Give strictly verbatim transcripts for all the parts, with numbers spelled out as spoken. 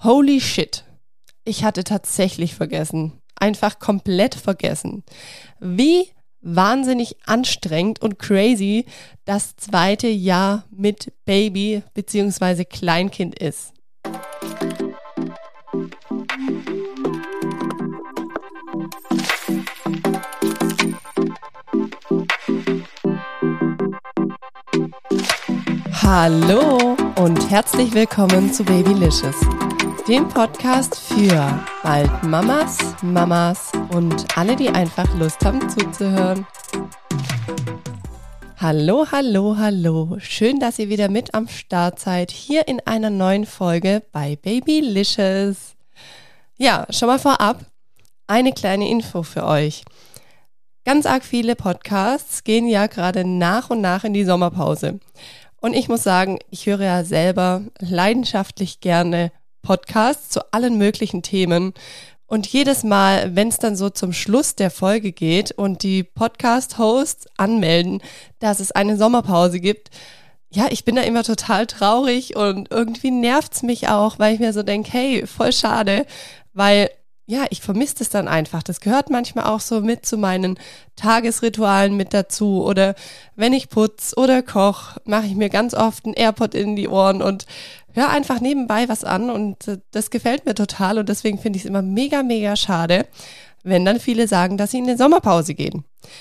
Holy shit, ich hatte tatsächlich vergessen, einfach komplett vergessen, wie wahnsinnig anstrengend und crazy das zweite Jahr mit Baby bzw. Kleinkind ist. Hallo und herzlich willkommen zu Babylicious, dem Podcast für bald Mamas, Mamas und alle, die einfach Lust haben zuzuhören. Hallo, hallo, hallo. Schön, dass ihr wieder mit am Start seid, hier in einer neuen Folge bei Babylicious. Ja, schon mal vorab, eine kleine Info für euch. Ganz arg viele Podcasts gehen ja gerade nach und nach in die Sommerpause. Und ich muss sagen, ich höre ja selber leidenschaftlich gerne Podcasts zu allen möglichen Themen. Und jedes Mal, wenn es dann so zum Schluss der Folge geht und die Podcast-Hosts anmelden, dass es eine Sommerpause gibt, ja, ich bin da immer total traurig und irgendwie nervt's mich auch, weil ich mir so denke, hey, voll schade, weil ja, ich vermisse das dann einfach. Das gehört manchmal auch so mit zu meinen Tagesritualen mit dazu. Oder wenn ich putze oder koche, mache ich mir ganz oft einen AirPod in die Ohren und höre einfach nebenbei was an. Und das gefällt mir total. Und deswegen finde ich es immer mega, mega schade, wenn dann viele sagen, dass sie in eine Sommerpause gehen.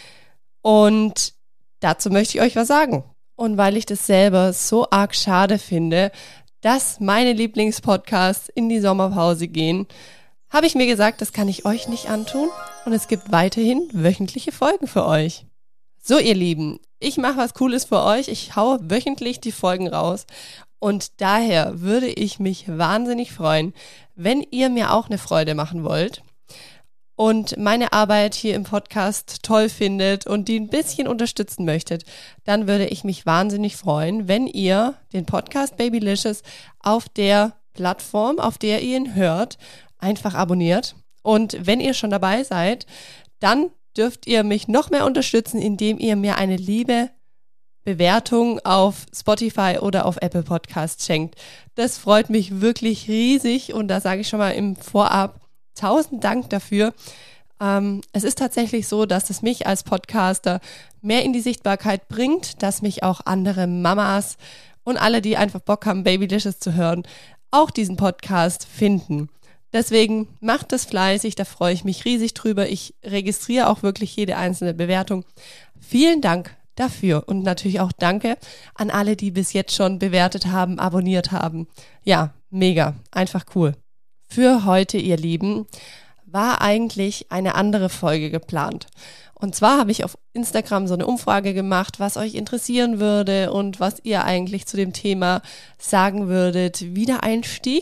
Und dazu möchte ich euch was sagen. Und weil ich das selber so arg schade finde, dass meine Lieblingspodcasts in die Sommerpause gehen, habe ich mir gesagt, das kann ich euch nicht antun und es gibt weiterhin wöchentliche Folgen für euch. So, ihr Lieben, ich mache was Cooles für euch. Ich haue wöchentlich die Folgen raus und daher würde ich mich wahnsinnig freuen, wenn ihr mir auch eine Freude machen wollt und meine Arbeit hier im Podcast toll findet und die ein bisschen unterstützen möchtet, dann würde ich mich wahnsinnig freuen, wenn ihr den Podcast Babylicious auf der Plattform, auf der ihr ihn hört, einfach abonniert. Und wenn ihr schon dabei seid, dann dürft ihr mich noch mehr unterstützen, indem ihr mir eine liebe Bewertung auf Spotify oder auf Apple Podcasts schenkt. Das freut mich wirklich riesig und da sage ich schon mal im Vorab tausend Dank dafür. Ähm, es ist tatsächlich so, dass es mich als Podcaster mehr in die Sichtbarkeit bringt, dass mich auch andere Mamas und alle, die einfach Bock haben, Babylicious zu hören, auch diesen Podcast finden. Deswegen macht das fleißig, da freue ich mich riesig drüber. Ich registriere auch wirklich jede einzelne Bewertung. Vielen Dank dafür und natürlich auch danke an alle, die bis jetzt schon bewertet haben, abonniert haben. Ja, mega, einfach cool. Für heute, ihr Lieben, war eigentlich eine andere Folge geplant. Und zwar habe ich auf Instagram so eine Umfrage gemacht, was euch interessieren würde und was ihr eigentlich zu dem Thema sagen würdet. Wiedereinstieg.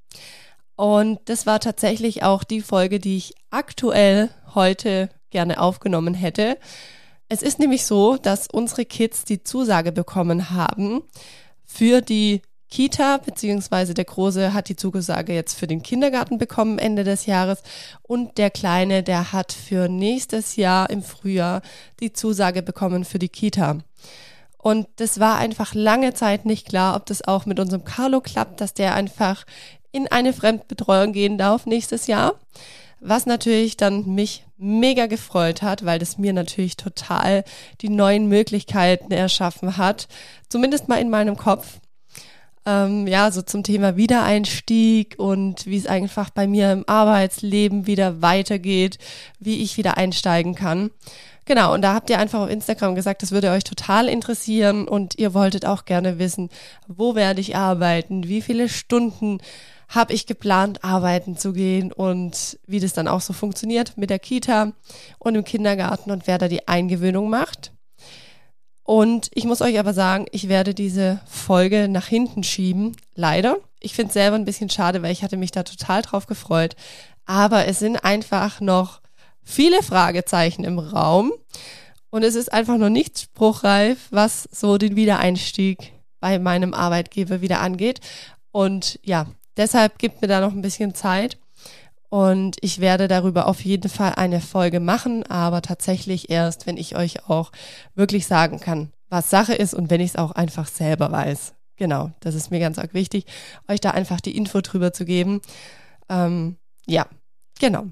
Und das war tatsächlich auch die Folge, die ich aktuell heute gerne aufgenommen hätte. Es ist nämlich so, dass unsere Kids die Zusage bekommen haben für die Kita, beziehungsweise der Große hat die Zusage jetzt für den Kindergarten bekommen Ende des Jahres und der Kleine, der hat für nächstes Jahr im Frühjahr die Zusage bekommen für die Kita. Und das war einfach lange Zeit nicht klar, ob das auch mit unserem Carlo klappt, dass der einfach in eine Fremdbetreuung gehen darf nächstes Jahr, was natürlich dann mich mega gefreut hat, weil das mir natürlich total die neuen Möglichkeiten erschaffen hat, zumindest mal in meinem Kopf. Ähm, ja, so zum Thema Wiedereinstieg und wie es einfach bei mir im Arbeitsleben wieder weitergeht, wie ich wieder einsteigen kann. Genau, und da habt ihr einfach auf Instagram gesagt, das würde euch total interessieren und ihr wolltet auch gerne wissen, wo werde ich arbeiten, wie viele Stunden habe ich geplant, arbeiten zu gehen und wie das dann auch so funktioniert mit der Kita und im Kindergarten und wer da die Eingewöhnung macht. Und ich muss euch aber sagen, ich werde diese Folge nach hinten schieben, leider. Ich finde es selber ein bisschen schade, weil ich hatte mich da total drauf gefreut. Aber es sind einfach noch viele Fragezeichen im Raum und es ist einfach noch nicht spruchreif, was so den Wiedereinstieg bei meinem Arbeitgeber wieder angeht. Und ja, deshalb gibt mir da noch ein bisschen Zeit und ich werde darüber auf jeden Fall eine Folge machen, aber tatsächlich erst, wenn ich euch auch wirklich sagen kann, was Sache ist und wenn ich es auch einfach selber weiß. Genau, das ist mir ganz arg wichtig, euch da einfach die Info drüber zu geben. Ähm, ja, genau.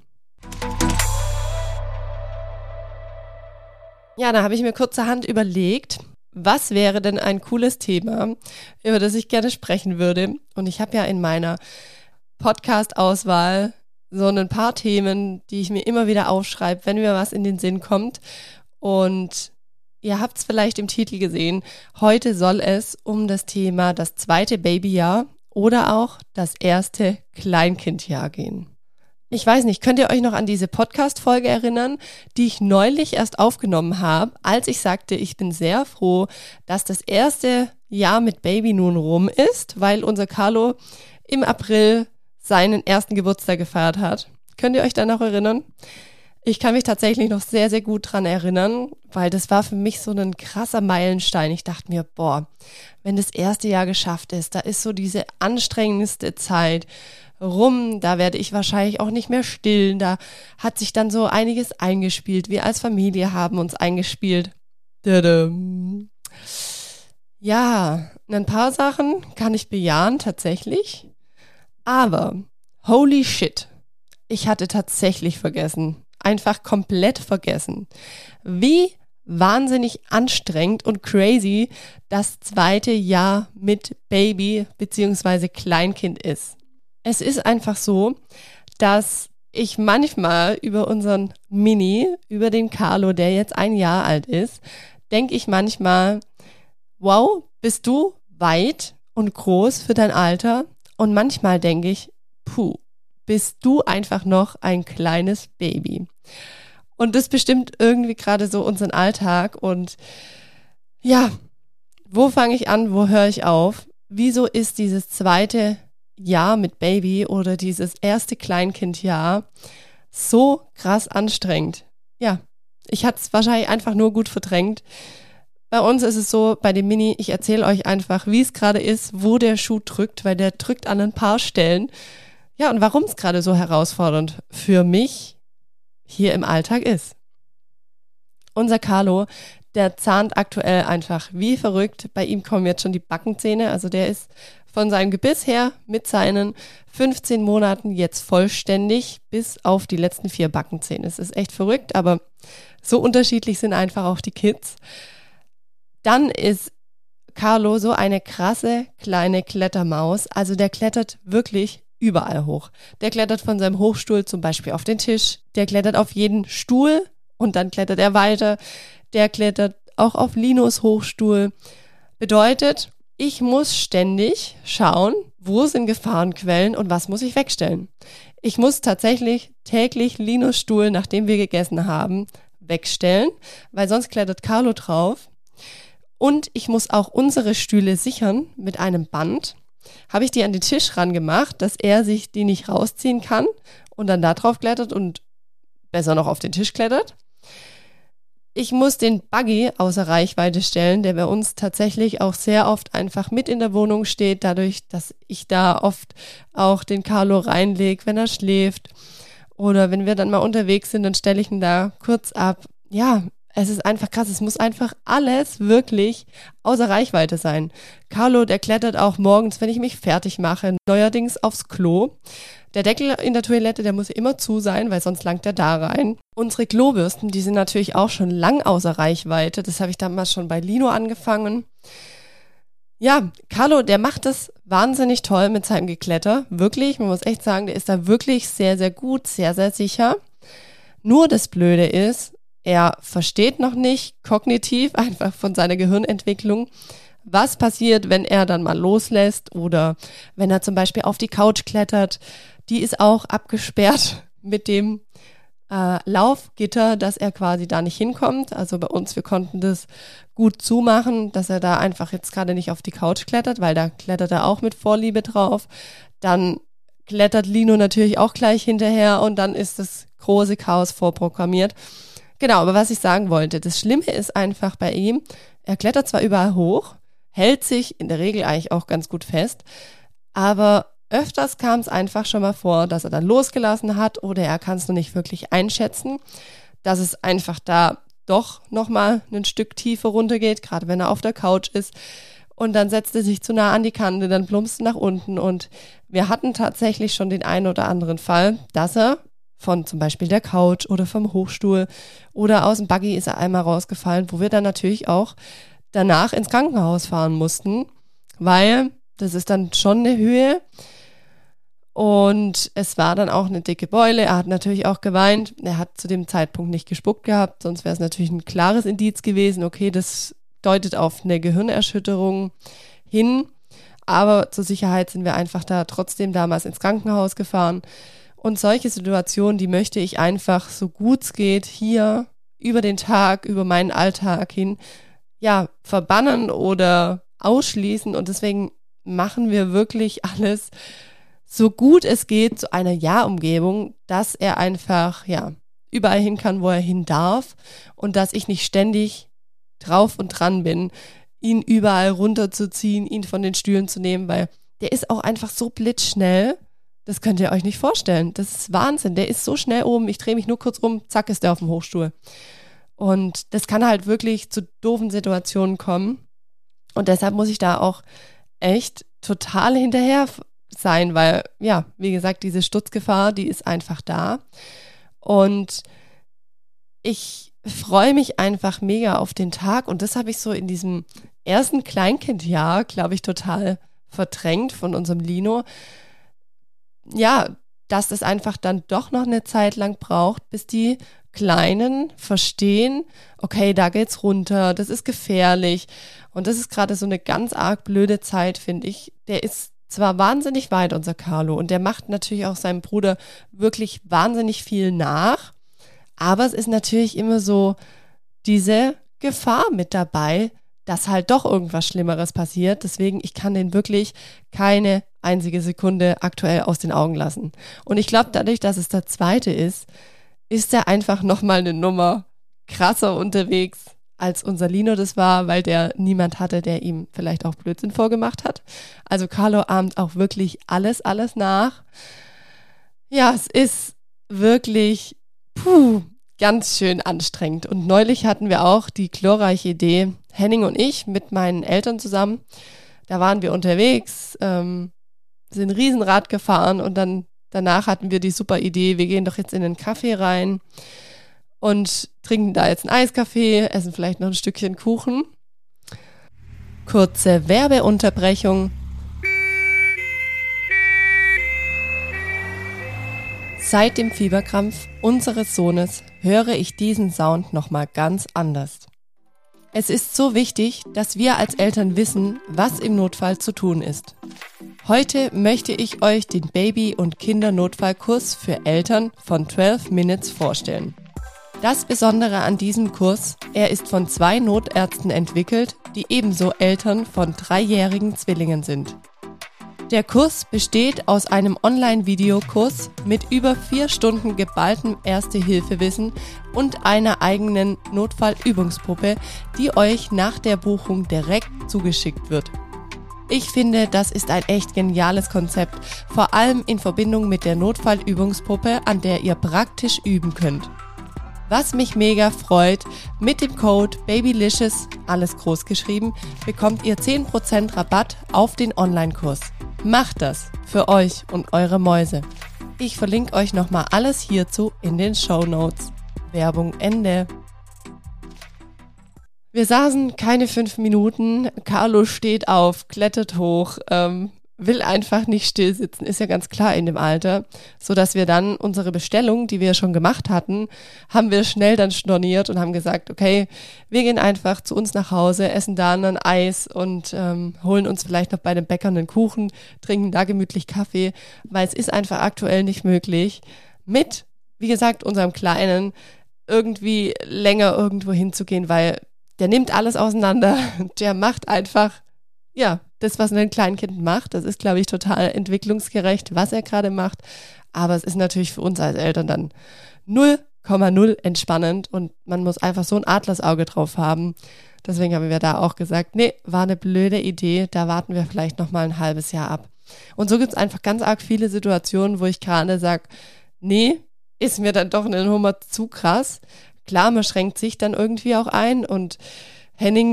Ja, da habe ich mir kurzerhand überlegt, was wäre denn ein cooles Thema, über das ich gerne sprechen würde. Und ich habe ja in meiner Podcast-Auswahl so ein paar Themen, die ich mir immer wieder aufschreibe, wenn mir was in den Sinn kommt. Und ihr habt es vielleicht im Titel gesehen, heute soll es um das Thema das zweite Babyjahr oder auch das erste Kleinkindjahr gehen. Ich weiß nicht, könnt ihr euch noch an diese Podcast-Folge erinnern, die ich neulich erst aufgenommen habe, als ich sagte, ich bin sehr froh, dass das erste Jahr mit Baby nun rum ist, weil unser Carlo im April seinen ersten Geburtstag gefeiert hat. Könnt ihr euch da noch erinnern? Ich kann mich tatsächlich noch sehr, sehr gut dran erinnern, weil das war für mich so ein krasser Meilenstein. Ich dachte mir, boah, wenn das erste Jahr geschafft ist, da ist so diese anstrengendste Zeit rum, da werde ich wahrscheinlich auch nicht mehr stillen, da hat sich dann so einiges eingespielt. Wir als Familie haben uns eingespielt. Ja, ein paar Sachen kann ich bejahen tatsächlich, aber holy shit, ich hatte tatsächlich vergessen, einfach komplett vergessen, wie wahnsinnig anstrengend und crazy das zweite Jahr mit Baby bzw. Kleinkind ist. Es ist einfach so, dass ich manchmal über unseren Mini, über den Carlo, der jetzt ein Jahr alt ist, denke ich manchmal, wow, bist du weit und groß für dein Alter? Und manchmal denke ich, puh, bist du einfach noch ein kleines Baby. Und das bestimmt irgendwie gerade so unseren Alltag. Und ja, wo fange ich an, wo höre ich auf? Wieso ist dieses zweite Jahr mit Baby oder dieses erste Kleinkindjahr so krass anstrengend? Ja, ich hatte es wahrscheinlich einfach nur gut verdrängt. Bei uns ist es so, bei dem Mini, ich erzähle euch einfach, wie es gerade ist, wo der Schuh drückt, weil der drückt an ein paar Stellen. Ja, und warum es gerade so herausfordernd für mich hier im Alltag ist. Unser Carlo, der zahnt aktuell einfach wie verrückt. Bei ihm kommen jetzt schon die Backenzähne. Also der ist von seinem Gebiss her mit seinen fünfzehn Monaten jetzt vollständig bis auf die letzten vier Backenzähne. Es ist echt verrückt, aber so unterschiedlich sind einfach auch die Kids. Dann ist Carlo so eine krasse kleine Klettermaus. Also der klettert wirklich überall hoch. Der klettert von seinem Hochstuhl zum Beispiel auf den Tisch. Der klettert auf jeden Stuhl und dann klettert er weiter. Der klettert auch auf Linos Hochstuhl. Bedeutet, ich muss ständig schauen, wo sind Gefahrenquellen und was muss ich wegstellen. Ich muss tatsächlich täglich Linos Stuhl, nachdem wir gegessen haben, wegstellen, weil sonst klettert Carlo drauf. Und ich muss auch unsere Stühle sichern mit einem Band. Habe ich die an den Tisch ran gemacht, dass er sich die nicht rausziehen kann und dann da drauf klettert und besser noch auf den Tisch klettert. Ich muss den Buggy außer Reichweite stellen, der bei uns tatsächlich auch sehr oft einfach mit in der Wohnung steht, dadurch, dass ich da oft auch den Carlo reinlege, wenn er schläft. Oder wenn wir dann mal unterwegs sind, dann stelle ich ihn da kurz ab. Ja, es ist einfach krass, es muss einfach alles wirklich außer Reichweite sein. Carlo, der klettert auch morgens, wenn ich mich fertig mache, neuerdings aufs Klo. Der Deckel in der Toilette, der muss immer zu sein, weil sonst langt er da rein. Unsere Klobürsten, die sind natürlich auch schon lang außer Reichweite. Das habe ich damals schon bei Lino angefangen. Ja, Carlo, der macht das wahnsinnig toll mit seinem Gekletter. Wirklich, man muss echt sagen, der ist da wirklich sehr, sehr gut, sehr, sehr sicher. Nur das Blöde ist, er versteht noch nicht kognitiv, einfach von seiner Gehirnentwicklung, was passiert, wenn er dann mal loslässt oder wenn er zum Beispiel auf die Couch klettert. Die ist auch abgesperrt mit dem äh, Laufgitter, dass er quasi da nicht hinkommt. Also bei uns, wir konnten das gut zumachen, dass er da einfach jetzt gerade nicht auf die Couch klettert, weil da klettert er auch mit Vorliebe drauf. Dann klettert Lino natürlich auch gleich hinterher und dann ist das große Chaos vorprogrammiert. Genau, aber was ich sagen wollte, das Schlimme ist einfach bei ihm, er klettert zwar überall hoch, hält sich in der Regel eigentlich auch ganz gut fest, aber öfters kam es einfach schon mal vor, dass er dann losgelassen hat oder er kann es noch nicht wirklich einschätzen, dass es einfach da doch nochmal ein Stück tiefer runtergeht, gerade wenn er auf der Couch ist. und dann setzt er sich zu nah an die Kante, dann plumpst du nach unten und wir hatten tatsächlich schon den einen oder anderen Fall, dass er von zum Beispiel der Couch oder vom Hochstuhl oder aus dem Buggy ist er einmal rausgefallen, wo wir dann natürlich auch danach ins Krankenhaus fahren mussten, weil das ist dann schon eine Höhe und es war dann auch eine dicke Beule. Er hat natürlich auch geweint. Er hat zu dem Zeitpunkt nicht gespuckt gehabt, sonst wäre es natürlich ein klares Indiz gewesen. Okay, das deutet auf eine Gehirnerschütterung hin, aber zur Sicherheit sind wir einfach da trotzdem damals ins Krankenhaus gefahren. Und solche Situationen, die möchte ich einfach so gut es geht hier über den Tag, über meinen Alltag hin, ja, verbannen oder ausschließen. Und deswegen machen wir wirklich alles so gut es geht zu einer Ja-Umgebung, dass er einfach, ja, überall hin kann, wo er hin darf und dass ich nicht ständig drauf und dran bin, ihn überall runterzuziehen, ihn von den Stühlen zu nehmen, weil der ist auch einfach so blitzschnell, das könnt ihr euch nicht vorstellen. Das ist Wahnsinn, der ist so schnell oben, ich drehe mich nur kurz rum, zack, ist der auf dem Hochstuhl. Und das kann halt wirklich zu doofen Situationen kommen und deshalb muss ich da auch echt total hinterher sein, weil, ja, wie gesagt, diese Sturzgefahr, die ist einfach da. Und ich freue mich einfach mega auf den Tag und das habe ich so in diesem ersten Kleinkindjahr, glaube ich, total verdrängt von unserem Lino. Ja, dass es einfach dann doch noch eine Zeit lang braucht, bis die Kleinen verstehen, okay, da geht's runter, das ist gefährlich. Und das ist gerade so eine ganz arg blöde Zeit, finde ich. Der ist zwar wahnsinnig weit, unser Carlo, und der macht natürlich auch seinem Bruder wirklich wahnsinnig viel nach, aber es ist natürlich immer so diese Gefahr mit dabei, dass halt doch irgendwas Schlimmeres passiert. Deswegen, ich kann den wirklich keine einzige Sekunde aktuell aus den Augen lassen. Und ich glaube, dadurch, dass es der zweite ist, ist er einfach nochmal eine Nummer krasser unterwegs, als unser Lino das war, weil der niemand hatte, der ihm vielleicht auch Blödsinn vorgemacht hat. Also Carlo ahmt auch wirklich alles, alles nach. Ja, es ist wirklich, puh, ganz schön anstrengend. Und neulich hatten wir auch die glorreiche Idee, Henning und ich mit meinen Eltern zusammen, da waren wir unterwegs, ähm, sind Riesenrad gefahren und dann danach hatten wir die super Idee, wir gehen doch jetzt in den Café rein und trinken da jetzt einen Eiskaffee, essen vielleicht noch ein Stückchen Kuchen. Kurze Werbeunterbrechung. Seit dem Fieberkrampf unseres Sohnes höre ich diesen Sound nochmal ganz anders. Es ist so wichtig, dass wir als Eltern wissen, was im Notfall zu tun ist. Heute möchte ich euch den Baby- und Kindernotfallkurs für Eltern von zwölf Minutes vorstellen. Das Besondere an diesem Kurs, er ist von zwei Notärzten entwickelt, die ebenso Eltern von dreijährigen Zwillingen sind. Der Kurs besteht aus einem Online-Videokurs mit über vier Stunden geballtem Erste-Hilfe-Wissen und einer eigenen Notfallübungspuppe, die euch nach der Buchung direkt zugeschickt wird. Ich finde, das ist ein echt geniales Konzept, vor allem in Verbindung mit der Notfallübungspuppe, an der ihr praktisch üben könnt. Was mich mega freut, mit dem Code BABYLICIOUS, alles groß geschrieben, bekommt ihr zehn Prozent Rabatt auf den Online-Kurs. Macht das für euch und eure Mäuse. Ich verlinke euch nochmal alles hierzu in den Shownotes. Werbung Ende. Wir saßen keine fünf Minuten, Carlo steht auf, klettert hoch, ähm, will einfach nicht still sitzen, ist ja ganz klar in dem Alter, so dass wir dann unsere Bestellung, die wir schon gemacht hatten, haben wir schnell dann storniert und haben gesagt, okay, wir gehen einfach zu uns nach Hause, essen da ein Eis und ähm, holen uns vielleicht noch bei dem Bäcker einen Kuchen, trinken da gemütlich Kaffee, weil es ist einfach aktuell nicht möglich, mit, wie gesagt, unserem Kleinen irgendwie länger irgendwo hinzugehen, weil der nimmt alles auseinander, der macht einfach, ja, das, was ein Kleinkind macht. Das ist, glaube ich, total entwicklungsgerecht, was er gerade macht. Aber es ist natürlich für uns als Eltern dann null Komma null entspannend und man muss einfach so ein Adlersauge drauf haben. Deswegen haben wir da auch gesagt, nee, war eine blöde Idee, da warten wir vielleicht noch mal ein halbes Jahr ab. Und so gibt es einfach ganz arg viele Situationen, wo ich gerade sage, nee, ist mir dann doch eine Nummer zu krass. Klar, man schränkt sich dann irgendwie auch ein und Henning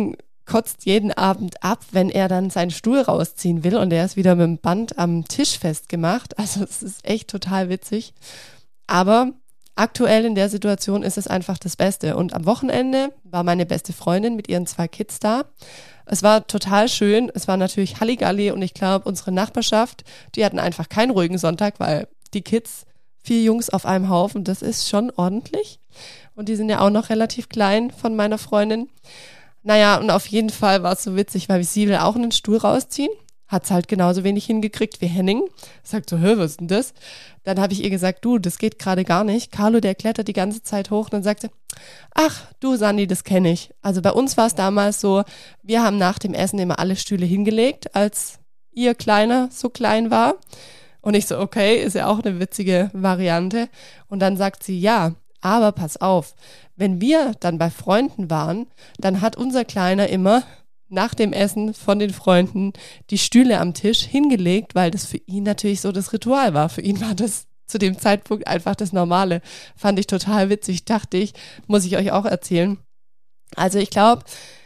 kotzt jeden Abend ab, wenn er dann seinen Stuhl rausziehen will und er ist wieder mit dem Band am Tisch festgemacht. Also es ist echt total witzig. Aber aktuell in der Situation ist es einfach das Beste. Und am Wochenende war meine beste Freundin mit ihren zwei Kids da. Es war total schön. Es war natürlich Halligalli und ich glaube, unsere Nachbarschaft, die hatten einfach keinen ruhigen Sonntag, weil die Kids, vier Jungs auf einem Haufen, das ist schon ordentlich. Und die sind ja auch noch relativ klein von meiner Freundin. Naja, und auf jeden Fall war es so witzig, weil sie will auch einen Stuhl rausziehen. Hat es halt genauso wenig hingekriegt wie Henning. Sagt so, hör, was ist denn das? Dann habe ich ihr gesagt, du, das geht gerade gar nicht. Carlo, der klettert die ganze Zeit hoch und dann sagte, ach, du Sandy, das kenne ich. Also bei uns war es damals so, wir haben nach dem Essen immer alle Stühle hingelegt, als ihr Kleiner so klein war. Und ich so, okay, ist ja auch eine witzige Variante. Und dann sagt sie, ja, aber pass auf, wenn wir dann bei Freunden waren, dann hat unser Kleiner immer nach dem Essen von den Freunden die Stühle am Tisch hingelegt, weil das für ihn natürlich so das Ritual war. Für ihn war das zu dem Zeitpunkt einfach das Normale. Fand ich total witzig, dachte ich, muss ich euch auch erzählen. Also ich glaube,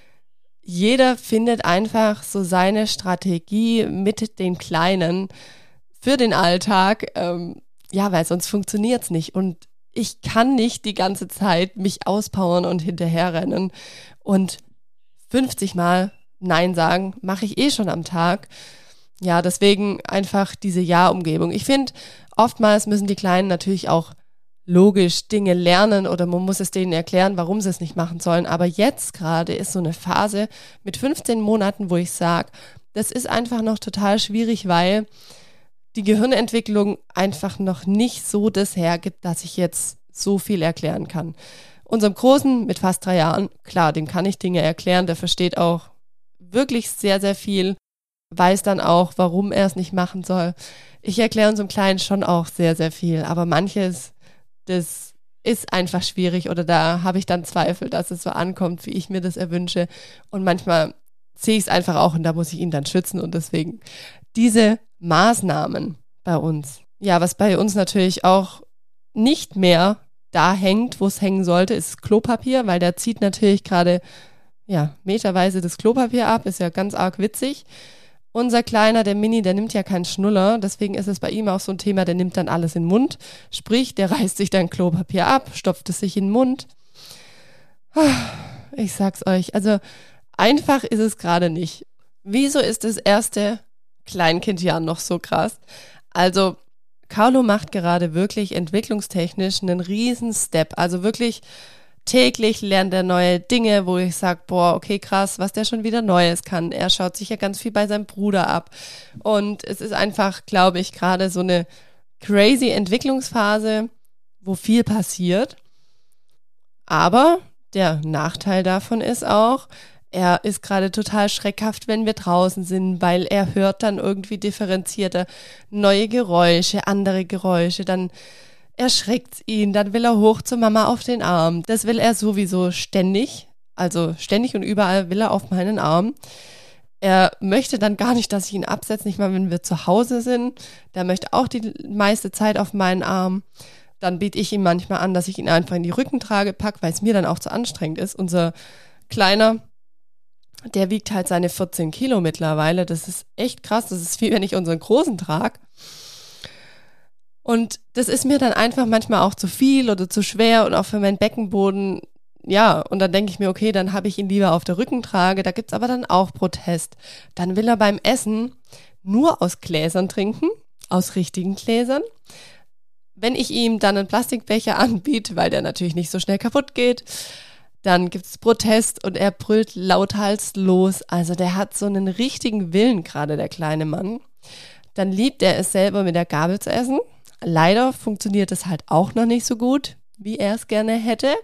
jeder findet einfach so seine Strategie mit den Kleinen für den Alltag, ähm, ja, weil sonst funktioniert's nicht. Und ich kann nicht die ganze Zeit mich auspowern und hinterherrennen und fünfzig Mal Nein sagen, mache ich eh schon am Tag. Ja, deswegen einfach diese Ja-Umgebung. Ich finde, oftmals müssen die Kleinen natürlich auch logisch Dinge lernen oder man muss es denen erklären, warum sie es nicht machen sollen. Aber jetzt gerade ist so eine Phase mit fünfzehn Monaten, wo ich sage, das ist einfach noch total schwierig, weil die Gehirnentwicklung einfach noch nicht so das hergibt, dass ich jetzt so viel erklären kann. Unserem Großen mit fast drei Jahren, klar, dem kann ich Dinge erklären, der versteht auch wirklich sehr, sehr viel, weiß dann auch, warum er es nicht machen soll. Ich erkläre unserem Kleinen schon auch sehr, sehr viel, aber manches, das ist einfach schwierig oder da habe ich dann Zweifel, dass es so ankommt, wie ich mir das erwünsche. Und manchmal sehe ich es einfach auch und da muss ich ihn dann schützen und deswegen diese Maßnahmen bei uns. Ja, was bei uns natürlich auch nicht mehr da hängt, wo es hängen sollte, ist Klopapier, weil der zieht natürlich gerade ja, meterweise das Klopapier ab, ist ja ganz arg witzig. Unser Kleiner, der Mini, der nimmt ja keinen Schnuller, deswegen ist es bei ihm auch so ein Thema, der nimmt dann alles in den Mund, sprich, der reißt sich dann Klopapier ab, stopft es sich in den Mund. Ich sag's euch, also einfach ist es gerade nicht. Wieso ist das erste Kleinkindjahr noch so krass? Also Carlo macht gerade wirklich entwicklungstechnisch einen riesen Step, also wirklich täglich lernt er neue Dinge, wo ich sage, boah, okay, krass, was der schon wieder Neues kann. Er schaut sich ja ganz viel bei seinem Bruder ab. Und es ist einfach, glaube ich, gerade so eine crazy Entwicklungsphase, wo viel passiert. Aber der Nachteil davon ist auch, er ist gerade total schreckhaft, wenn wir draußen sind, weil er hört dann irgendwie differenzierter neue Geräusche, andere Geräusche, dann erschreckt's ihn, dann will er hoch zur Mama auf den Arm. Das will er sowieso ständig, also ständig und überall will er auf meinen Arm. Er möchte dann gar nicht, dass ich ihn absetze, nicht mal wenn wir zu Hause sind. Der möchte auch die meiste Zeit auf meinen Arm. Dann biete ich ihm manchmal an, dass ich ihn einfach in die Rückentrage packe, weil es mir dann auch zu anstrengend ist. Unser Kleiner, der wiegt halt seine vierzehn Kilo mittlerweile. Das ist echt krass. Das ist wie wenn ich unseren Großen trage. Und das ist mir dann einfach manchmal auch zu viel oder zu schwer und auch für meinen Beckenboden. Ja, und dann denke ich mir, okay, dann habe ich ihn lieber auf der Rückentrage. Da gibt's aber dann auch Protest. Dann will er beim Essen nur aus Gläsern trinken, aus richtigen Gläsern. Wenn ich ihm dann einen Plastikbecher anbiete, weil der natürlich nicht so schnell kaputt geht, dann gibt's Protest und er brüllt lauthals los. Also der hat so einen richtigen Willen gerade, der kleine Mann. Dann liebt er es selber mit der Gabel zu essen. Leider funktioniert es halt auch noch nicht so gut, wie er es gerne hätte.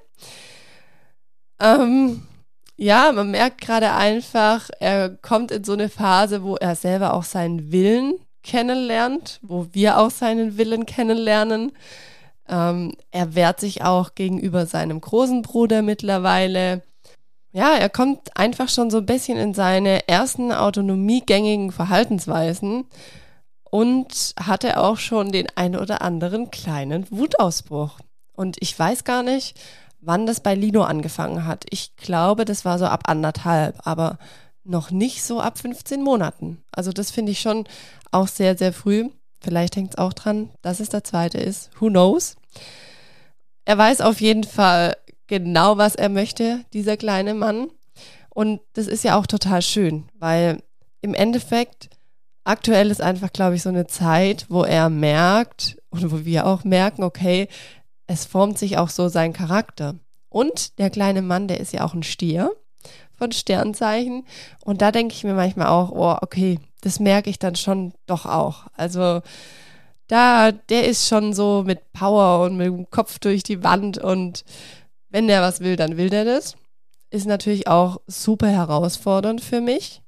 Ähm, ja, man merkt gerade einfach, er kommt in so eine Phase, wo er selber auch seinen Willen kennenlernt, wo wir auch seinen Willen kennenlernen. Ähm, er wehrt sich auch gegenüber seinem großen Bruder mittlerweile. Ja, er kommt einfach schon so ein bisschen in seine ersten autonomiegängigen Verhaltensweisen und hatte auch schon den ein oder anderen kleinen Wutausbruch. Und ich weiß gar nicht, wann das bei Lino angefangen hat. Ich glaube, das war so ab anderthalb, aber noch nicht so ab fünfzehn Monaten. Also das finde ich schon auch sehr, sehr früh. Vielleicht hängt es auch dran, dass es der zweite ist. Who knows? Er weiß auf jeden Fall genau, was er möchte, dieser kleine Mann. Und das ist ja auch total schön, weil im Endeffekt aktuell ist einfach, glaube ich, so eine Zeit, wo er merkt und wo wir auch merken, okay, es formt sich auch so sein Charakter. Und der kleine Mann, der ist ja auch ein Stier von Sternzeichen. Und da denke ich mir manchmal auch, oh, okay, das merke ich dann schon doch auch. Also da, der ist schon so mit Power und mit dem Kopf durch die Wand und wenn der was will, dann will der das. Ist natürlich auch super herausfordernd für mich,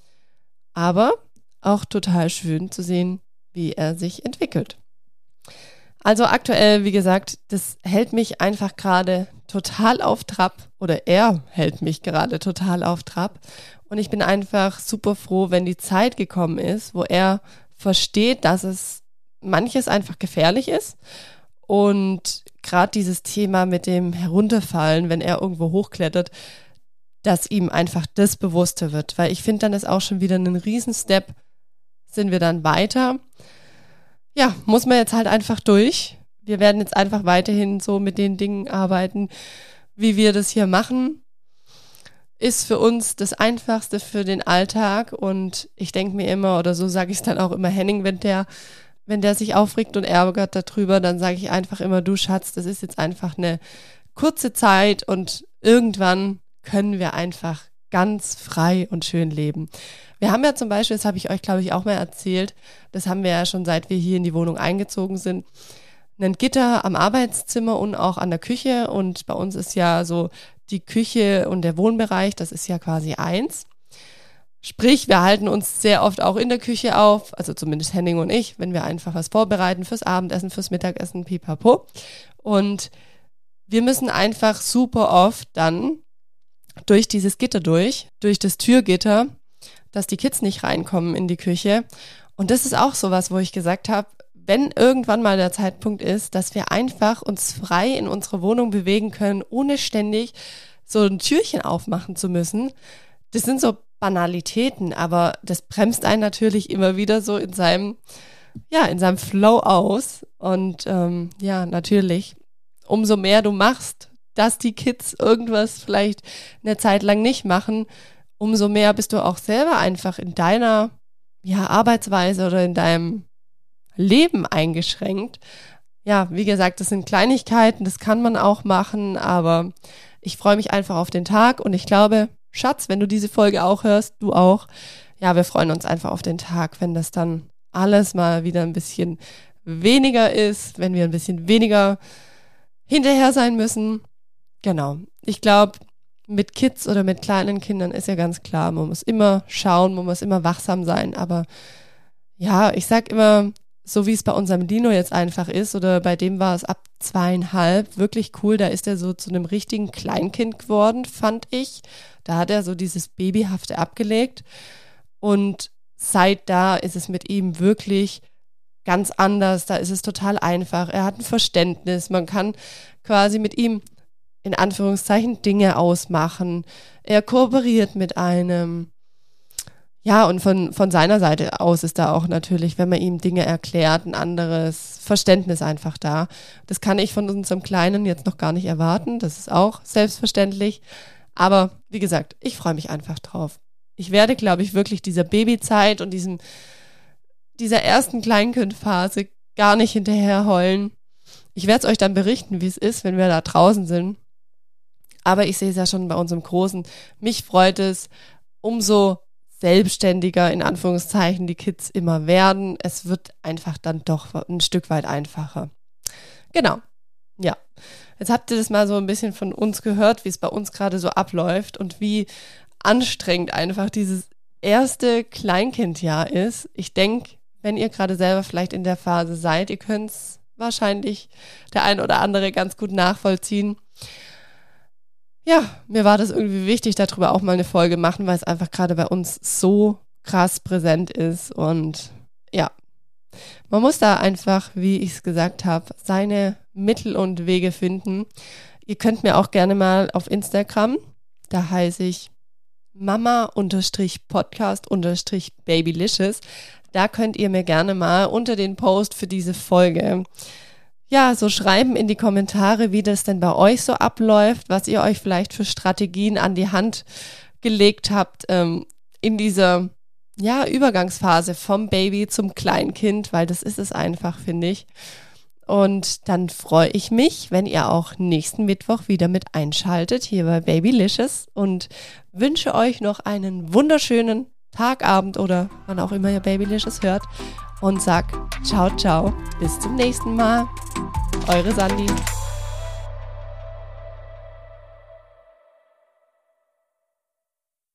aber auch total schön zu sehen, wie er sich entwickelt. Also aktuell, wie gesagt, das hält mich einfach gerade total auf Trab oder er hält mich gerade total auf Trab und ich bin einfach super froh, wenn die Zeit gekommen ist, wo er versteht, dass es manches einfach gefährlich ist und gerade dieses Thema mit dem Herunterfallen, wenn er irgendwo hochklettert, dass ihm einfach das bewusster wird, weil ich finde, dann ist auch schon wieder ein Riesenstep, sind wir dann weiter. Ja, muss man jetzt halt einfach durch. Wir werden jetzt einfach weiterhin so mit den Dingen arbeiten, wie wir das hier machen. Ist für uns das Einfachste für den Alltag und ich denke mir immer, oder so sage ich es dann auch immer Henning, wenn der, wenn der sich aufregt und ärgert darüber, dann sage ich einfach immer, du Schatz, das ist jetzt einfach eine kurze Zeit und irgendwann können wir einfach ganz frei und schön leben. Wir haben ja zum Beispiel, das habe ich euch, glaube ich, auch mal erzählt, das haben wir ja schon, seit wir hier in die Wohnung eingezogen sind, ein Gitter am Arbeitszimmer und auch an der Küche und bei uns ist ja so die Küche und der Wohnbereich, das ist ja quasi eins. Sprich, wir halten uns sehr oft auch in der Küche auf, also zumindest Henning und ich, wenn wir einfach was vorbereiten fürs Abendessen, fürs Mittagessen, pipapo. Und wir müssen einfach super oft dann durch dieses Gitter durch, durch das Türgitter, dass die Kids nicht reinkommen in die Küche. Und das ist auch sowas, wo ich gesagt habe, wenn irgendwann mal der Zeitpunkt ist, dass wir einfach uns frei in unsere Wohnung bewegen können, ohne ständig so ein Türchen aufmachen zu müssen. Das sind so Banalitäten, aber das bremst einen natürlich immer wieder so in seinem, ja, in seinem Flow aus. Und ähm, ja, natürlich, umso mehr du machst, dass die Kids irgendwas vielleicht eine Zeit lang nicht machen, umso mehr bist du auch selber einfach in deiner ja, Arbeitsweise oder in deinem Leben eingeschränkt. Ja, wie gesagt, das sind Kleinigkeiten, das kann man auch machen, aber ich freue mich einfach auf den Tag und ich glaube, Schatz, wenn du diese Folge auch hörst, du auch, ja, wir freuen uns einfach auf den Tag, wenn das dann alles mal wieder ein bisschen weniger ist, wenn wir ein bisschen weniger hinterher sein müssen. Genau. Ich glaube, mit Kids oder mit kleinen Kindern ist ja ganz klar, man muss immer schauen, man muss immer wachsam sein, aber ja, ich sag immer, so wie es bei unserem Lino jetzt einfach ist, oder bei dem war es ab zweieinhalb, wirklich cool, da ist er so zu einem richtigen Kleinkind geworden, fand ich. Da hat er so dieses Babyhafte abgelegt und seit da ist es mit ihm wirklich ganz anders, da ist es total einfach, er hat ein Verständnis, man kann quasi mit ihm in Anführungszeichen Dinge ausmachen, er kooperiert mit einem. Ja, und von, von seiner Seite aus ist da auch natürlich, wenn man ihm Dinge erklärt, ein anderes Verständnis einfach da. Das kann ich von unserem Kleinen jetzt noch gar nicht erwarten. Das ist auch selbstverständlich. Aber wie gesagt, ich freue mich einfach drauf. Ich werde, glaube ich, wirklich dieser Babyzeit und diesem, dieser ersten Kleinkindphase gar nicht hinterher heulen. Ich werde es euch dann berichten, wie es ist, wenn wir da draußen sind. Aber ich sehe es ja schon bei unserem Großen. Mich freut es, umso selbstständiger, in Anführungszeichen, die Kids immer werden. Es wird einfach dann doch ein Stück weit einfacher. Genau, ja. Jetzt habt ihr das mal so ein bisschen von uns gehört, wie es bei uns gerade so abläuft und wie anstrengend einfach dieses erste Kleinkindjahr ist. Ich denke, wenn ihr gerade selber vielleicht in der Phase seid, ihr könnt es wahrscheinlich der ein oder andere ganz gut nachvollziehen. Ja, mir war das irgendwie wichtig, darüber auch mal eine Folge machen, weil es einfach gerade bei uns so krass präsent ist und ja, man muss da einfach, wie ich es gesagt habe, seine Mittel und Wege finden. Ihr könnt mir auch gerne mal auf Instagram, da heiße ich Mama-Podcast-Babylicious, da könnt ihr mir gerne mal unter den Post für diese Folge ja, so schreiben in die Kommentare, wie das denn bei euch so abläuft, was ihr euch vielleicht für Strategien an die Hand gelegt habt ähm, in dieser ja, Übergangsphase vom Baby zum Kleinkind, weil das ist es einfach, finde ich. Und dann freue ich mich, wenn ihr auch nächsten Mittwoch wieder mit einschaltet hier bei Babylicious und wünsche euch noch einen wunderschönen Tag, Abend oder wann auch immer ihr Babylicious hört und sag ciao, ciao, bis zum nächsten Mal. Eure Sandi.